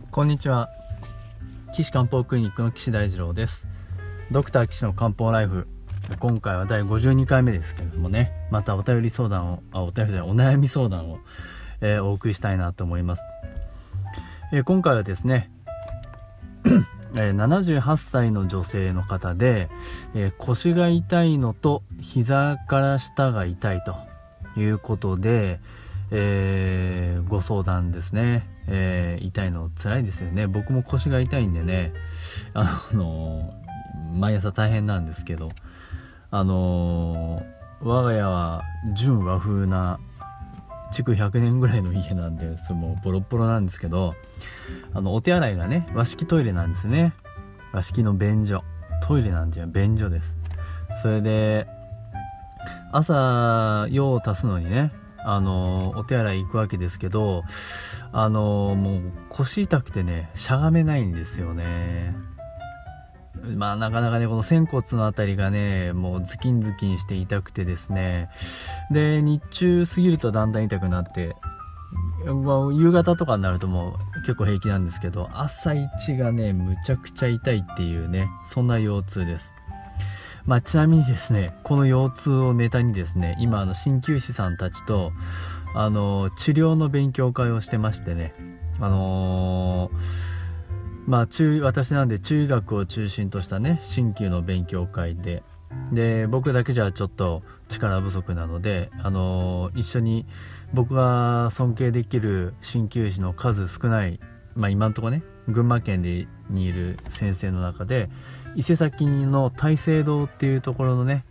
こんにちは。岸漢方クリニックの岸大二郎です。ドクター岸の漢方ライフ、今回は第52回目ですけれどもね、またお悩み相談を、お送りしたいなと思います。今回はですね78歳の女性の方で、腰が痛いのと膝から下が痛いということで、ご相談ですね。痛いの辛いですよね。僕も腰が痛いんでね、毎朝大変なんですけど、我が家は純和風な築100年ぐらいの家なんで、もうボロッボロなんですけど、お手洗いがね和式トイレなんですね。和式の便所、トイレなんていう便所です。それで朝用を足すのにね、お手洗い行くわけですけど、もう腰痛くてねしゃがめないんですよね。なかなかね、この仙骨のあたりがねもうズキンズキンして痛くてですね、で日中過ぎるとだんだん痛くなって、夕方とかになるともう結構平気なんですけど、朝一がねむちゃくちゃ痛いっていうね、そんな腰痛です。ちなみにですね、この腰痛をネタにですね、今鍼灸師さんたちと治療の勉強会をしてましてね、私なんで中医学を中心としたね鍼灸の勉強会で僕だけじゃちょっと力不足なので、一緒に僕が尊敬できる鍼灸師の数少ない、今のところね群馬県にいる先生の中で、伊勢崎の大聖堂っていうところのね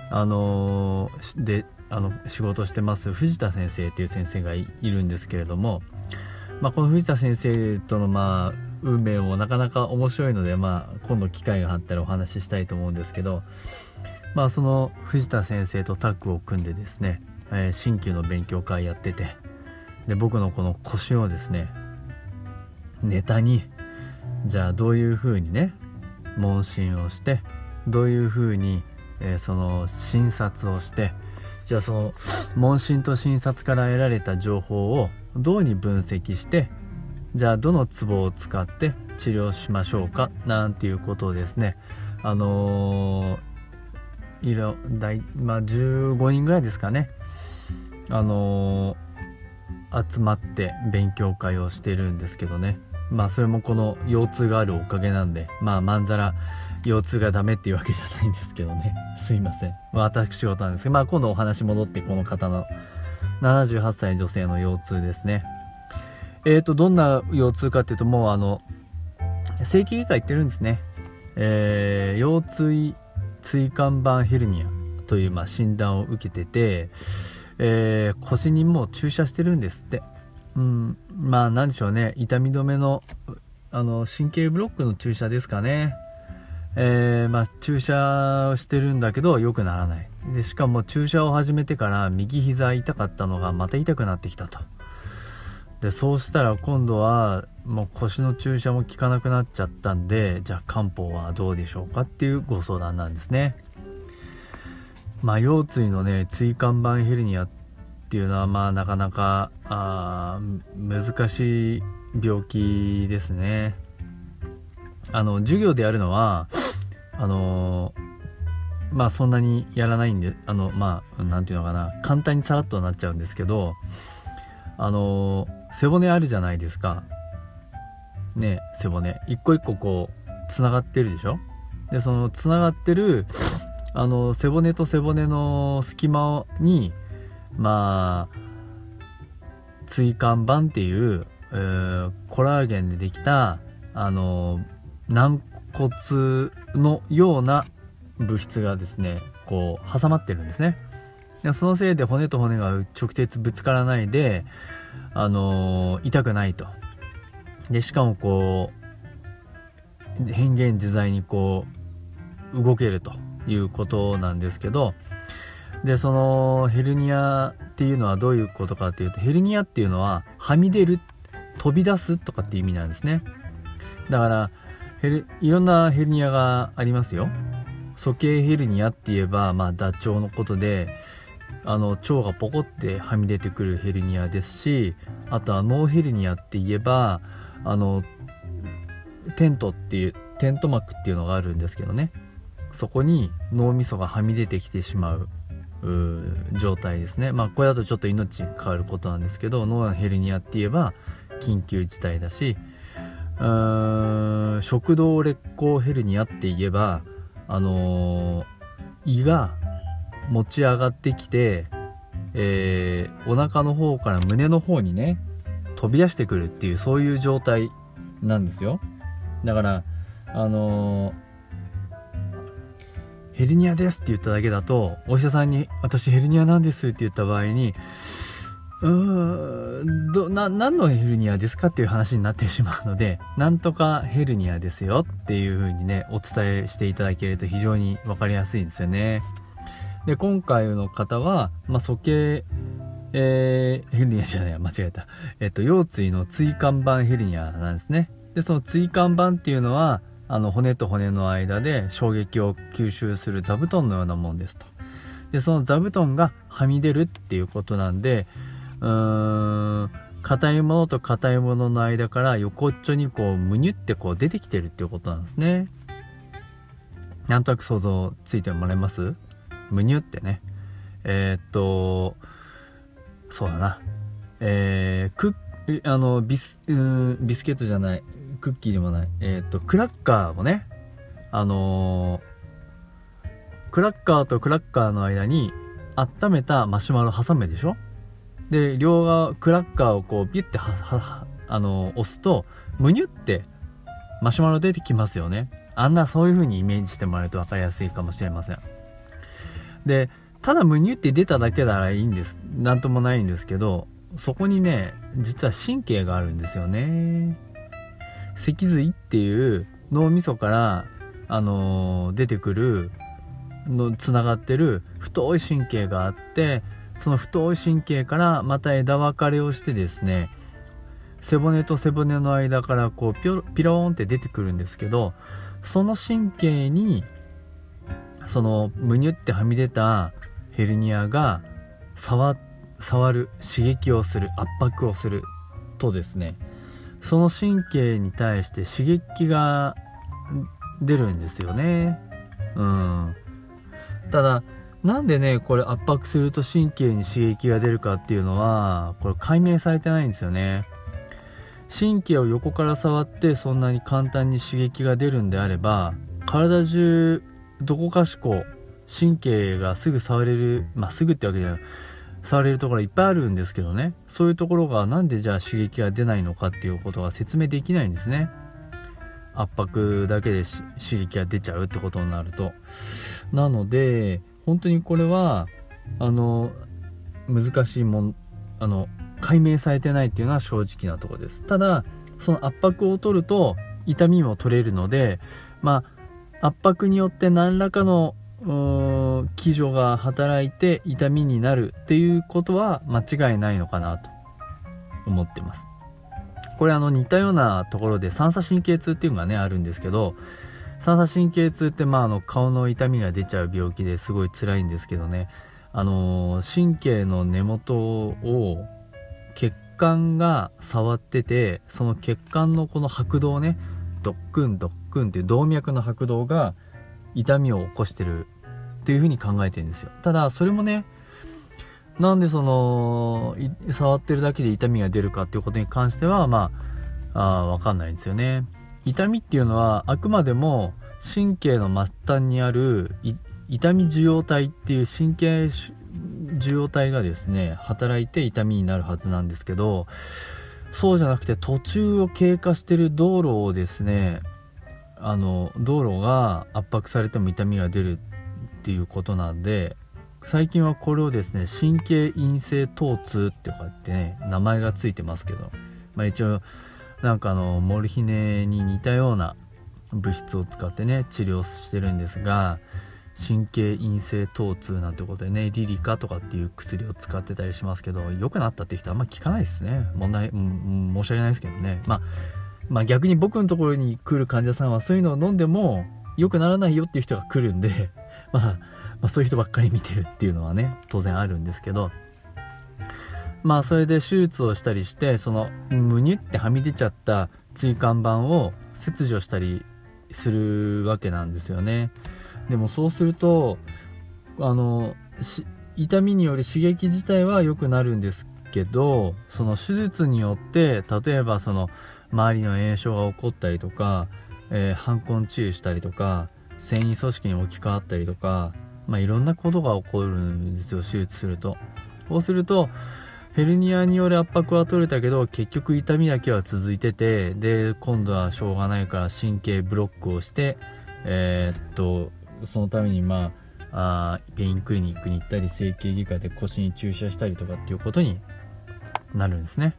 仕事してます藤田先生っていう先生が いるんですけれども、この藤田先生との運命もなかなか面白いので、今度機会があったらお話ししたいと思うんですけど、その藤田先生とタッグを組んでですね、鍼灸の勉強会やってて、で僕のこの腰をですねネタに、じゃあどういう風にね問診をして、どういう風に、その診察をして、じゃあその問診と診察から得られた情報をどうに分析して、じゃあどのツボを使って治療しましょうかなんていうことをですね、15人ぐらいですかね、集まって勉強会をしているんですけどね、それもこの腰痛があるおかげなんで、まんざら腰痛がダメっていうわけじゃないんですけどね、すいません。私事なんですけど、今度お話戻って、この方の78歳女性の腰痛ですね。どんな腰痛かっていうと、もう整形外科行ってるんですね。腰椎間板ヘルニアという診断を受けてて、腰にもう注射してるんですって。なんでしょうね、痛み止めの神経ブロックの注射ですかね。注射をしてるんだけど良くならない。でしかも注射を始めてから右膝痛かったのがまた痛くなってきたと。でそうしたら今度はもう腰の注射も効かなくなっちゃったんで、じゃあ漢方はどうでしょうかっていうご相談なんですね。腰椎のね椎間板ヘルニアっていうのはなかなか難しい病気ですね。授業でやるのはそんなにやらないんで、なんていうのかな、簡単にさらっとなっちゃうんですけど、背骨あるじゃないですかね。背骨一個一個こうつながってるでしょ。でそのつながってる背骨と背骨の隙間に椎間板っていう、コラーゲンでできた軟骨のような物質がですねこう挟まってるんですね。でそのせいで骨と骨が直接ぶつからないで痛くないと。でしかもこう変幻自在にこう動けるということなんですけど、でそのヘルニアっていうのはどういうことかっていうと、ヘルニアっていうのははみ出る、飛び出すとかっていう意味なんですね。だからいろんなヘルニアがありますよ。鼠径ヘルニアって言えば脱腸のことで、腸がポコってはみ出てくるヘルニアですし、あとはノーヘルニアって言えばテント膜っていうのがあるんですけどね、そこに脳みそがはみ出てきてしまう状態ですね。これだとちょっと命に関わることなんですけど、脳のヘルニアって言えば緊急事態だし、食道劣行ヘルニアって言えば胃が持ち上がってきて、お腹の方から胸の方にね飛び出してくるっていう、そういう状態なんですよ。だからヘルニアですって言っただけだと、お医者さんに私ヘルニアなんですって言った場合に、何のヘルニアですかっていう話になってしまうので、なんとかヘルニアですよっていう風にねお伝えしていただけると非常に分かりやすいんですよね。で今回の方は、鼠径ヘルニアじゃない、間違えた、腰椎の椎間板ヘルニアなんですね。でその椎間板っていうのは骨と骨の間で衝撃を吸収する座布団のようなもんですと。でその座布団がはみ出るっていうことなんで、硬いものと硬いものの間から横っちょにむにゅって出てきてるっていうことなんですね。なんとなく想像ついてもらえます？むにゅってね、そうだな、ビスケットじゃない、クッキーでもない、クラッカーもね、クラッカーとクラッカーの間に温めたマシュマロ挟むでしょ。で両側クラッカーをビュッて押すとむにゅってマシュマロ出てきますよね。そういう風にイメージしてもらえると分かりやすいかもしれません。でただむにゅって出ただけならいいんです、なんともないんですけど、そこにね実は神経があるんですよね。脊髄っていう脳みそから出てくるつながってる太い神経があって、その太い神経からまた枝分かれをしてですね、背骨と背骨の間からピローンって出てくるんですけど、その神経にそのむにゅってはみ出たヘルニアが触る、刺激をする、圧迫をするとですね、その神経に対して刺激が出るんですよね。ただなんでねこれ圧迫すると神経に刺激が出るかっていうのはこれ解明されてないんですよね。神経を横から触ってそんなに簡単に刺激が出るんであれば、体中どこかしこ神経がすぐ触れる、すぐってわけじゃない、触れるところいっぱいあるんですけどね、そういうところがなんでじゃあ刺激が出ないのかっていうことが説明できないんですね。圧迫だけで刺激が出ちゃうってことになると。なので本当にこれは難しい解明されてないっていうのは正直なところです。ただその圧迫を取ると痛みも取れるので、圧迫によって何らかの機序が働いて痛みになるっていうことは間違いないのかなと思ってます。これ似たようなところで三叉神経痛っていうのがねあるんですけど、三叉神経痛って顔の痛みが出ちゃう病気ですごい辛いんですけどね、神経の根元を血管が触ってて、その血管のこの拍動ね、ドックンドックンっていう動脈の拍動が痛みを起こしてるっていう風に考えてるんですよ。ただそれもね、なんで触ってるだけで痛みが出るかっていうことに関しては分かんないんですよね。痛みっていうのはあくまでも神経の末端にある痛み受容体っていう神経受容体がですね働いて痛みになるはずなんですけど、そうじゃなくて途中を経過してる道路をですね道路が圧迫されても痛みが出るっていうことなんで、最近はこれをですね神経陰性疼痛ってこうやってね名前がついてますけど、一応モルヒネに似たような物質を使ってね治療してるんですが、神経陰性疼痛なんてことでねリリカとかっていう薬を使ってたりしますけど、良くなったって人あんま聞かないですね。申し訳ないですけどね。逆に僕のところに来る患者さんはそういうのを飲んでも良くならないよっていう人が来るんでそういう人ばっかり見てるっていうのはね当然あるんですけど、それで手術をしたりして、そのむにゅってはみ出ちゃった椎間板を切除したりするわけなんですよね。でもそうすると痛みによる刺激自体は良くなるんですけど、その手術によって例えばその周りの炎症が起こったりとか、反根治癒したりとか、繊維組織に置き換わったりとか、いろんなことが起こるんですよ、手術すると。そうするとヘルニアによる圧迫は取れたけど、結局痛みだけは続いてて、で今度はしょうがないから神経ブロックをして、そのためにペインクリニックに行ったり、整形外科で腰に注射したりとかっていうことになるんですね。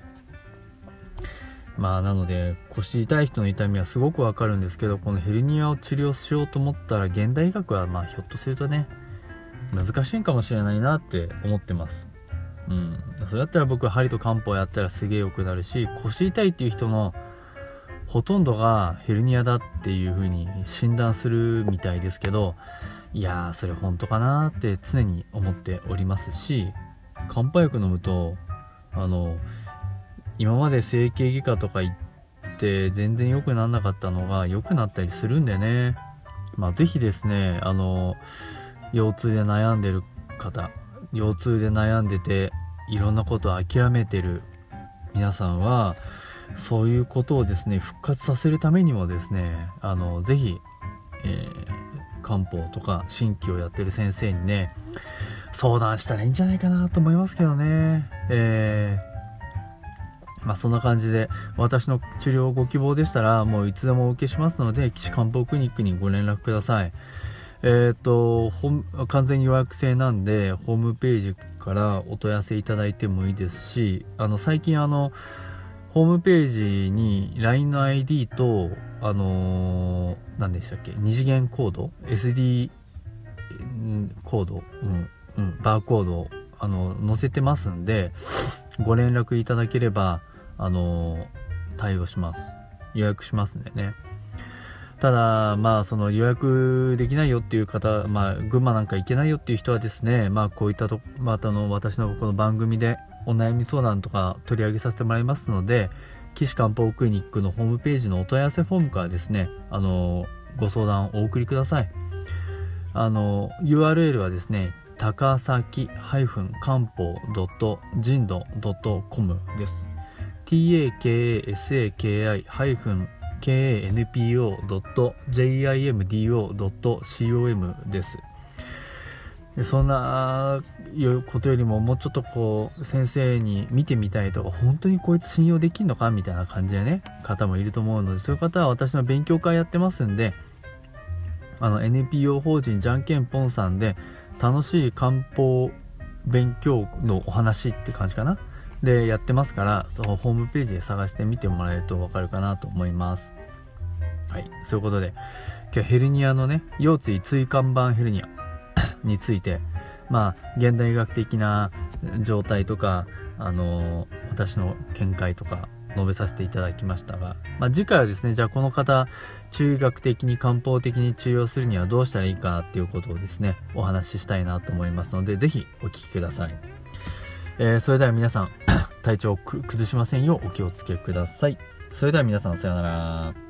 なので腰痛い人の痛みはすごくわかるんですけど、このヘルニアを治療しようと思ったら現代医学はひょっとするとね難しいかもしれないなって思ってます。それだったら僕針と漢方やったらすげえ良くなるし、腰痛いっていう人のほとんどがヘルニアだっていう風に診断するみたいですけど、いやーそれ本当かなって常に思っておりますし、漢方薬飲むと今まで整形外科とか行って全然良くならなかったのが良くなったりするんでね、ぜひですね腰痛で悩んでる方、腰痛で悩んでていろんなことを諦めてる皆さんは、そういうことをですね復活させるためにもですねぜひ、漢方とか鍼灸をやってる先生にね相談したらいいんじゃないかなと思いますけどね。そんな感じで私の治療をご希望でしたらもういつでもお受けしますので、岸漢方クリニックにご連絡ください。完全に予約制なんでホームページからお問い合わせいただいてもいいですし、最近ホームページに LINE の ID と何でしたっけ、二次元コード SD コード、バーコードを載せてますんで、ご連絡いただければ対応します。予約しますんでね。ただその予約できないよっていう方、群馬なんか行けないよっていう人はですね、こういった私のこの番組でお悩み相談とか取り上げさせてもらいますので、岸漢方クリニックのホームページのお問い合わせフォームからですねご相談をお送りください。URL はですね高崎漢方.jindo.com です。 takasaki-kanpo.jimdo.com です。そんなことよりももうちょっと先生に見てみたいとか、本当にこいつ信用できるのかみたいな感じでね方もいると思うので、そういう方は私の勉強会やってますんで、NPO 法人じゃんけんぽんさんで楽しい漢方勉強のお話って感じかなでやってますから、そのホームページで探してみてもらえると分かるかなと思います。はい、そういうことで今日はヘルニアのね腰椎椎間板ヘルニアについて現代医学的な状態とか私の見解とか述べさせていただきましたが、次回はですねじゃあこの方中医学的に漢方的に治療するにはどうしたらいいかっていうことをですねお話ししたいなと思いますので、ぜひお聞きください。それでは皆さん体調を崩しませんようお気をつけください。それでは皆さんさようなら。